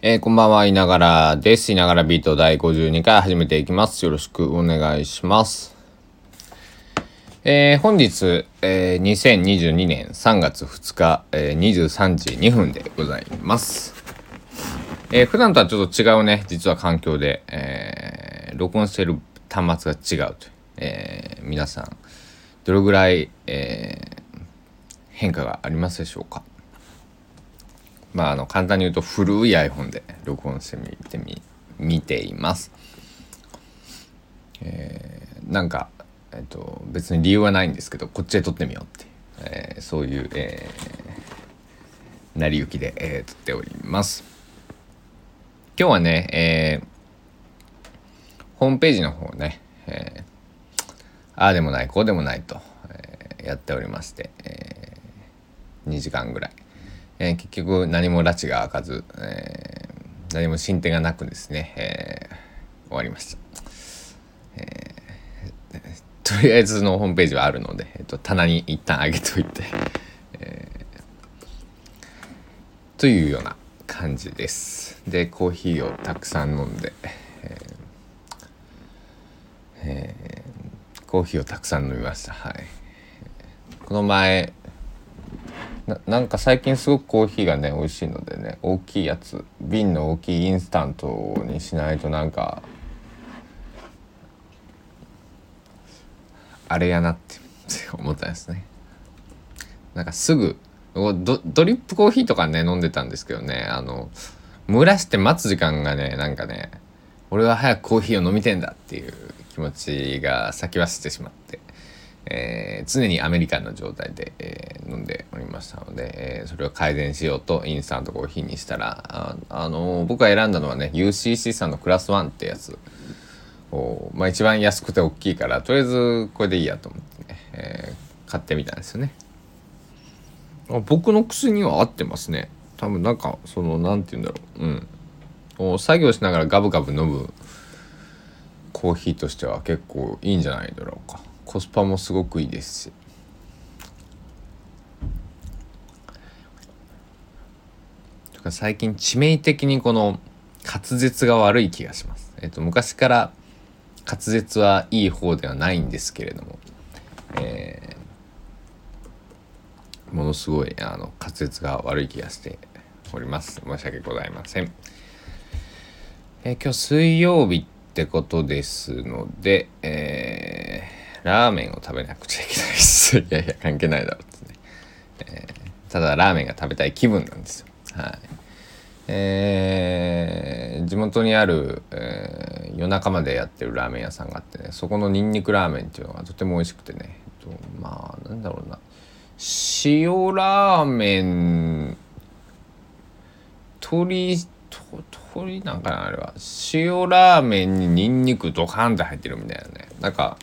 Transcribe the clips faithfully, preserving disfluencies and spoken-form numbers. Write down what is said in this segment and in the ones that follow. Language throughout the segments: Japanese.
えー、こんばんは、いながらです。いながらビートだいごじゅうにかい始めていきます。よろしくお願いします。えー、本日、えー、にせんにじゅうにねんさんがつふつか、えー、にじゅうさんじにふんでございます。えー、普段とはちょっと違うね、実は環境で、えー、録音している端末が違うという、えー、皆さん、どれぐらい、えー、変化がありますでしょうか。まあ、あの簡単に言うと古い iPhone で録音してみてみ見ています。えー、なんか、えっと、別に理由はないんですけど、こっちで撮ってみようっていう、えー、そういう、えー、成り行きで、えー、撮っております。今日はね、えー、ホームページの方ね、えー、ああでもないこうでもないと、えー、やっておりまして、えー、にじかんぐらい、えー、結局何も拉致が開かず、えー、何も進展がなくですね、えー、終わりました。えー、とりあえずのホームページはあるので、えっと、棚に一旦上げといて、えー、というような感じです。でコーヒーをたくさん飲んで、えーえー、コーヒーをたくさん飲みました。はい。この前 な, なんか最近すごくコーヒーがね美味しいのでね、大きいやつ、瓶の大きいインスタントにしないとなんかあれやなって思ったんですね。なんかすぐ ド, ドリップコーヒーとかね飲んでたんですけどね、あの蒸らして待つ時間がね、なんかね、俺は早くコーヒーを飲みてんだっていう気持ちが先走ってしまって、えー、常にアメリカンの状態で、えー、飲んでおりましたので、えー、それを改善しようとインスタントコーヒーにしたら、あ、あのー、僕が選んだのはね ユーシーシー さんのクラスワンってやつを、まあ、一番安くて大きいからとりあえずこれでいいやと思ってね、えー、買ってみたんですよね。あ、僕の口には合ってますね。多分なんかそのなんて言うんだろう、うん、作業しながらガブガブ飲むコーヒーとしては結構いいんじゃないだろうか。コスパもすごくいいですし、とか最近致命的にこの滑舌が悪い気がします。えっと昔から滑舌はいい方ではないんですけれども、えー、ものすごいあの滑舌が悪い気がしております。申し訳ございません。えー、今日水曜日ってことですので、えー、ラーメンを食べなくちゃいけないです。いやいや関係ないだろうってね、えー、ただラーメンが食べたい気分なんですよ。はい。えー、地元にある、えー、夜中までやってるラーメン屋さんがあってね、そこのニンニクラーメンっていうのがとても美味しくてね、えっと、まあなんだろうな、塩ラーメン、鶏鶏なんかなあれは、塩ラーメンにニンニクドカーンって入ってるみたいなね、なんか、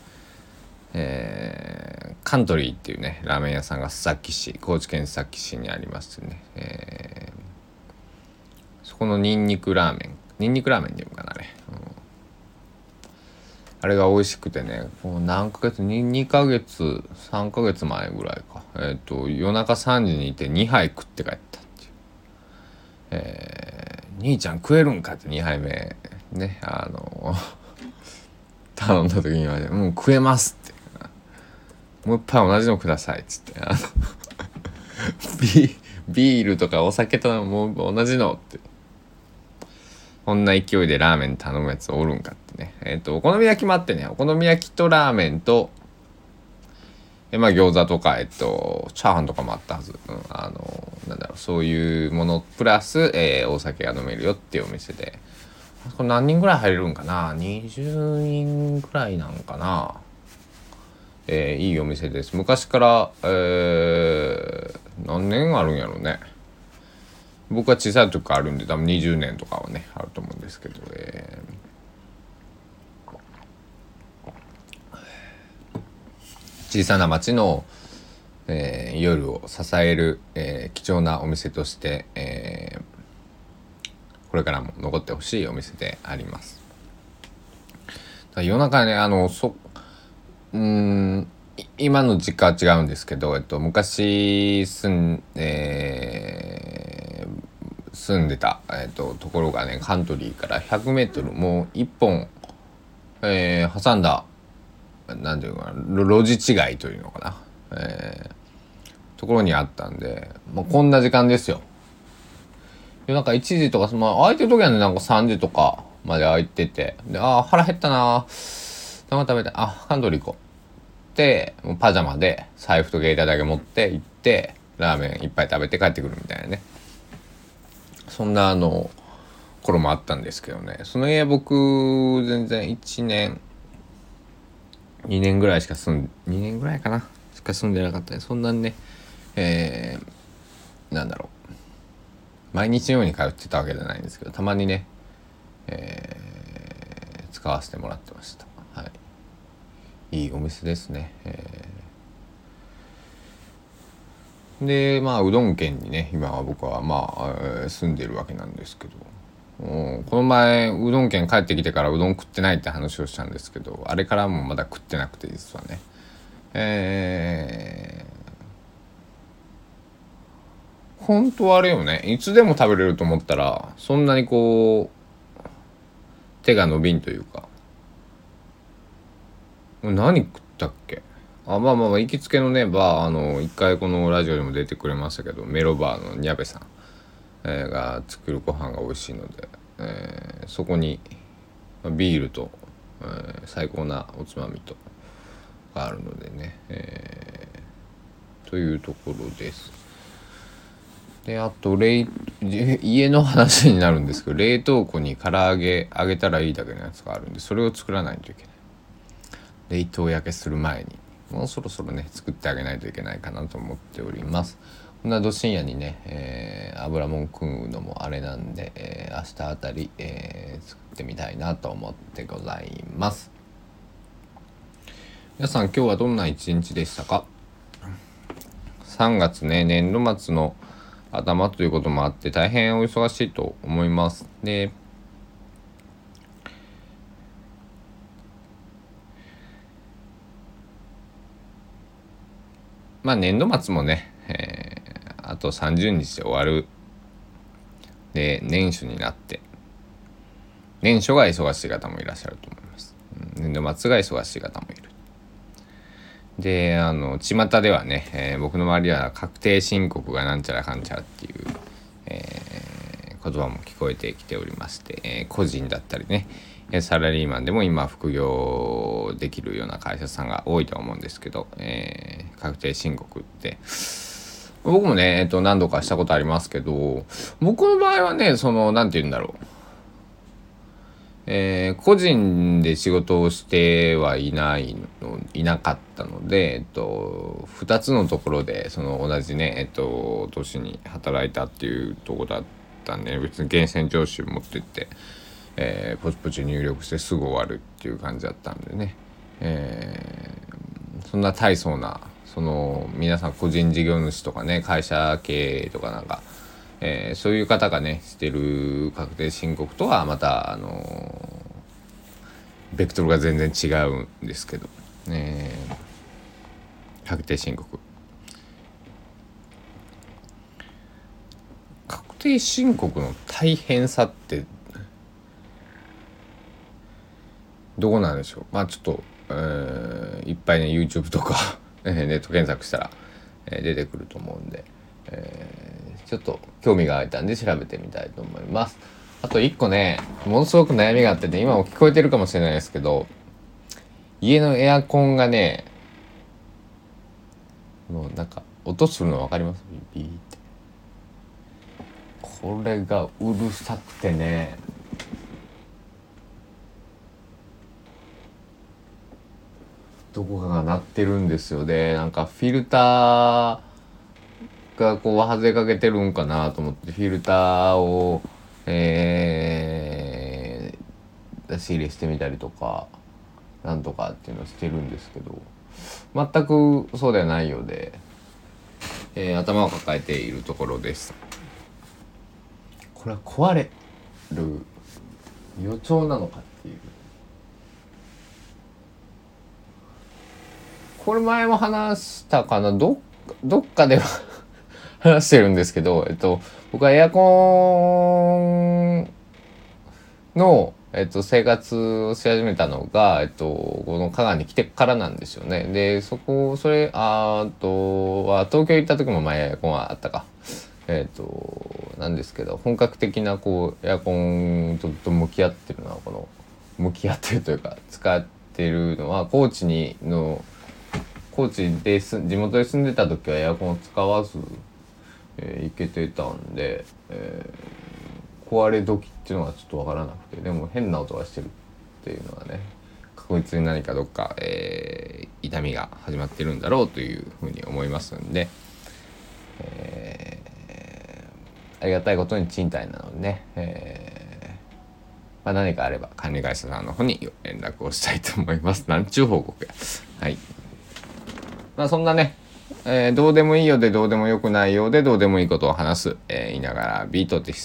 えー、カントリーっていうねラーメン屋さんが須崎市、高知県須崎市にありましてね、えーそこのニンニクラーメン、ニンニクラーメンっていうのかなあれ、うん、あれが美味しくてね、もう何ヶ月ににかげつさんかげつまえぐらいか、えっと夜中さんじにいてにはい食って帰ったっていう、えー、兄ちゃん食えるんかってにはいめね、あの頼んだ時には、ね、うん食えますって、もう一杯同じのくださいっつって、あのビ, ビールとかお酒ともう同じのって、こんな勢いでラーメン頼むやつおるんかってね。えっとお好み焼きもあってね、お好み焼きとラーメンと、えまあ餃子とかえっとチャーハンとかもあったはず。うん、あのなんだろう、そういうものプラス、えー、お酒が飲めるよっていうお店で、これ何人ぐらい入れるんかな、にじゅうにんぐらいなんかな。えー、いいお店です。昔から、えー、何年あるんやろうね。僕は小さい時からあるんで多分にじゅうねんとかはねあると思うんですけど、えー、小さな町の、えー、夜を支える、えー、貴重なお店として、えー、これからも残ってほしいお店であります。夜中ね、あのそうーん今の実家は違うんですけど、えっと、昔住ん、えー、 住んでた、えー、とところがねカントリーからひゃくメートルもう一本、えー、挟んだなんていうのかな路地違いというのかな、えー、ところにあったんで、まあ、こんな時間ですよ。夜中いちじとか、まあ、空いてる時はねなんかさんじとかまで空いてて、であー腹減ったなーなんか食べてあカントリー行こうってもうパジャマで財布と携帯だけ持って行ってラーメンいっぱい食べて帰ってくるみたいなね、そんなあの頃もあったんですけどね。その家僕全然いちねんにねんぐらいしか住んにねんぐらいかなしか住んでなかったね。そんなにね、えー、なんだろう毎日のように通ってたわけじゃないんですけど、たまにね、えー、使わせてもらってました。はい、いいお店ですね。えー、でまあうどん県にね今は僕はまあ、えー住んでるわけなんですけど、うん、この前うどん県帰ってきてからうどん食ってないって話をしたんですけど、あれからもまだ食ってなくて実はね、えー、本当はあれよね、いつでも食べれると思ったらそんなにこう手が伸びんというか、何食ったっけ。あまあまあまあ行きつけのねバー、あの一回このラジオでも出てくれましたけどメロバーのニャベさん、えーが作るご飯が美味しいので、えーそこにビールと、えー最高なおつまみとがあるのでね、えーというところです。であと冷家の話になるんですけど、冷凍庫に唐揚げ揚げたらいいだけのやつがあるんで、それを作らないといけない。冷凍焼けする前にもうそろそろね作ってあげないといけないかなと思っております。こんなど深夜にね、えー、油もん食うのもあれなんで、えー、明日あたり、えー、作ってみたいなと思ってございます。皆さん今日はどんな一日でしたか。さんがつね年度末の頭ということもあって大変お忙しいと思います。でまあ年度末もね、えー、あとさんじゅうにちで終わるで年初になって年初が忙しい方もいらっしゃると思います。年度末が忙しい方もいる。であの巷ではね、えー、僕の周りは確定申告がなんちゃらかんちゃらっていう、えー、言葉も聞こえてきておりまして、えー、個人だったりねサラリーマンでも今副業できるような会社さんが多いと思うんですけど、えー、確定申告って僕もね、えっと、何度かしたことありますけど、僕の場合はねそのなんて言うんだろう、えー、個人で仕事をしてはいないのいなかったので、えっと、ふたつのところでその同じね、えっと、年に働いたっていうところだったんで、別に源泉徴収持ってって、えー、ポチポチ入力してすぐ終わるっていう感じだったんでね、えー、そんな大層なその皆さん個人事業主とかね会社経営とかなんかえー、そういう方がねしてる確定申告とはまたあのー、ベクトルが全然違うんですけど、えー、確定申告確定申告の大変さってどうなんでしょう。まあちょっと、えー、いっぱいね YouTube とかネット検索したら、えー、出てくると思うんで、えー、ちょっと興味が湧いたんで調べてみたいと思います。あといっこねものすごく悩みがあってね、今も聞こえてるかもしれないですけど、家のエアコンがねもうなんか音するの分かります？ビーって、これがうるさくてねどこかが鳴ってるんですよ。でなんかフィルターがこう外れかけてるんかなと思ってフィルターを、えー、出し入れしてみたりとかなんとかっていうのをしてるんですけど、全くそうではないようで、えー、頭を抱えているところです。これは壊れる予兆なのかっていう、これ前も話したかな、どどっかでは話してるんですけど、えっと、僕はエアコンの、えっと、生活をし始めたのが、えっと、この香川に来てからなんですよね。で、そこ、それ、あーとは、東京行った時も前エアコンはあったか。えっと、なんですけど、本格的な、こう、エアコンとと向き合ってるのは、この、向き合ってるというか、使ってるのは、高知にの、高知です地元で住んでた時はエアコンを使わず、えー行けてたんで、えー壊れ時っていうのがちょっとわからなくて、でも変な音がしてるっていうのはね、確実に何かどっか、えー痛みが始まってるんだろうというふうに思いますんで、えーありがたいことに賃貸なのでね、えーまあ、何かあれば管理会社さんの方に連絡をしたいと思います。なんちゅう報告や。はい。まあそんなね、えーどうでもいいようでどうでもよくないようでどうでもいいことを話す、えー言いながらビートです。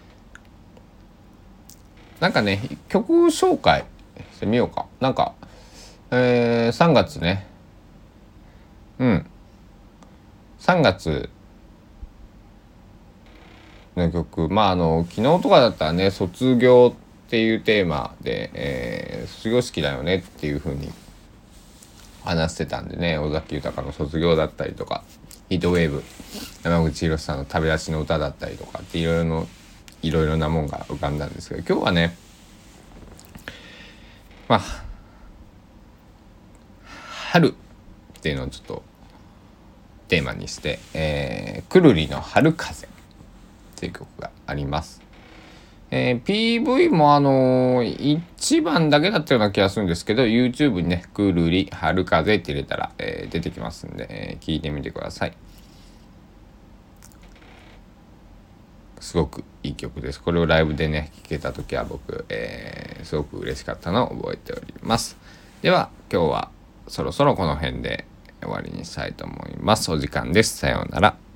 なんかね、曲紹介してみようか。なんか、えーさんがつね、うん、さんがつの曲、まああの昨日とかだったらね、卒業っていうテーマで、えー卒業式だよねっていう風に話してたんでね、尾崎豊の卒業だったりとか、ヒートウェーブ、山口博さんの旅立ちの歌だったりとかっていろいろのいろいろなもんが浮かんだんですけど、今日はね、まあ春っていうのをちょっとテーマにして、えー、くるりの春風っていう曲があります。えー、ピーブイ もあのー、いちばんだけだったような気がするんですけど、 YouTube にね、くるり春風って入れたら、えー、出てきますんで、えー、聞いてみてください。すごくいい曲です。これをライブでね聴けた時は僕、えー、すごく嬉しかったのを覚えております。では今日はそろそろこの辺で終わりにしたいと思います。お時間です。さようなら。